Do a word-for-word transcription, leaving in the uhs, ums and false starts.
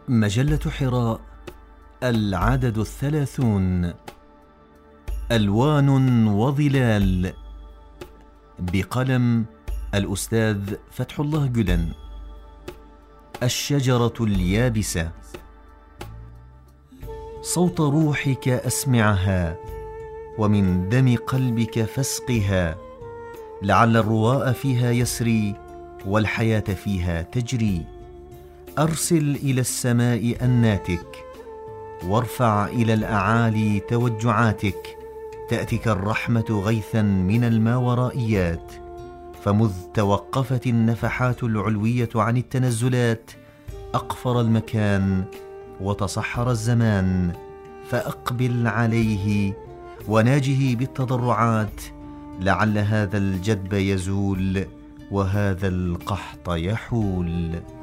مجلة حراء، العدد الثلاثون. ألوان وظلال، بقلم الأستاذ فتح الله جدن. الشجرة اليابسة، صوت روحك أسمعها، ومن دم قلبك فاسقها، لعل الرواء فيها يسري، والحياة فيها تجري. أرسل إلى السماء أناتك، وارفع إلى الأعالي توجعاتك، تأتك الرحمة غيثا من الماورائيات. فمذ توقفت النفحات العلوية عن التنزلات، أقفر المكان وتصحر الزمان، فأقبل عليه وناجه بالتضرعات، لعل هذا الجدب يزول وهذا القحط يحول.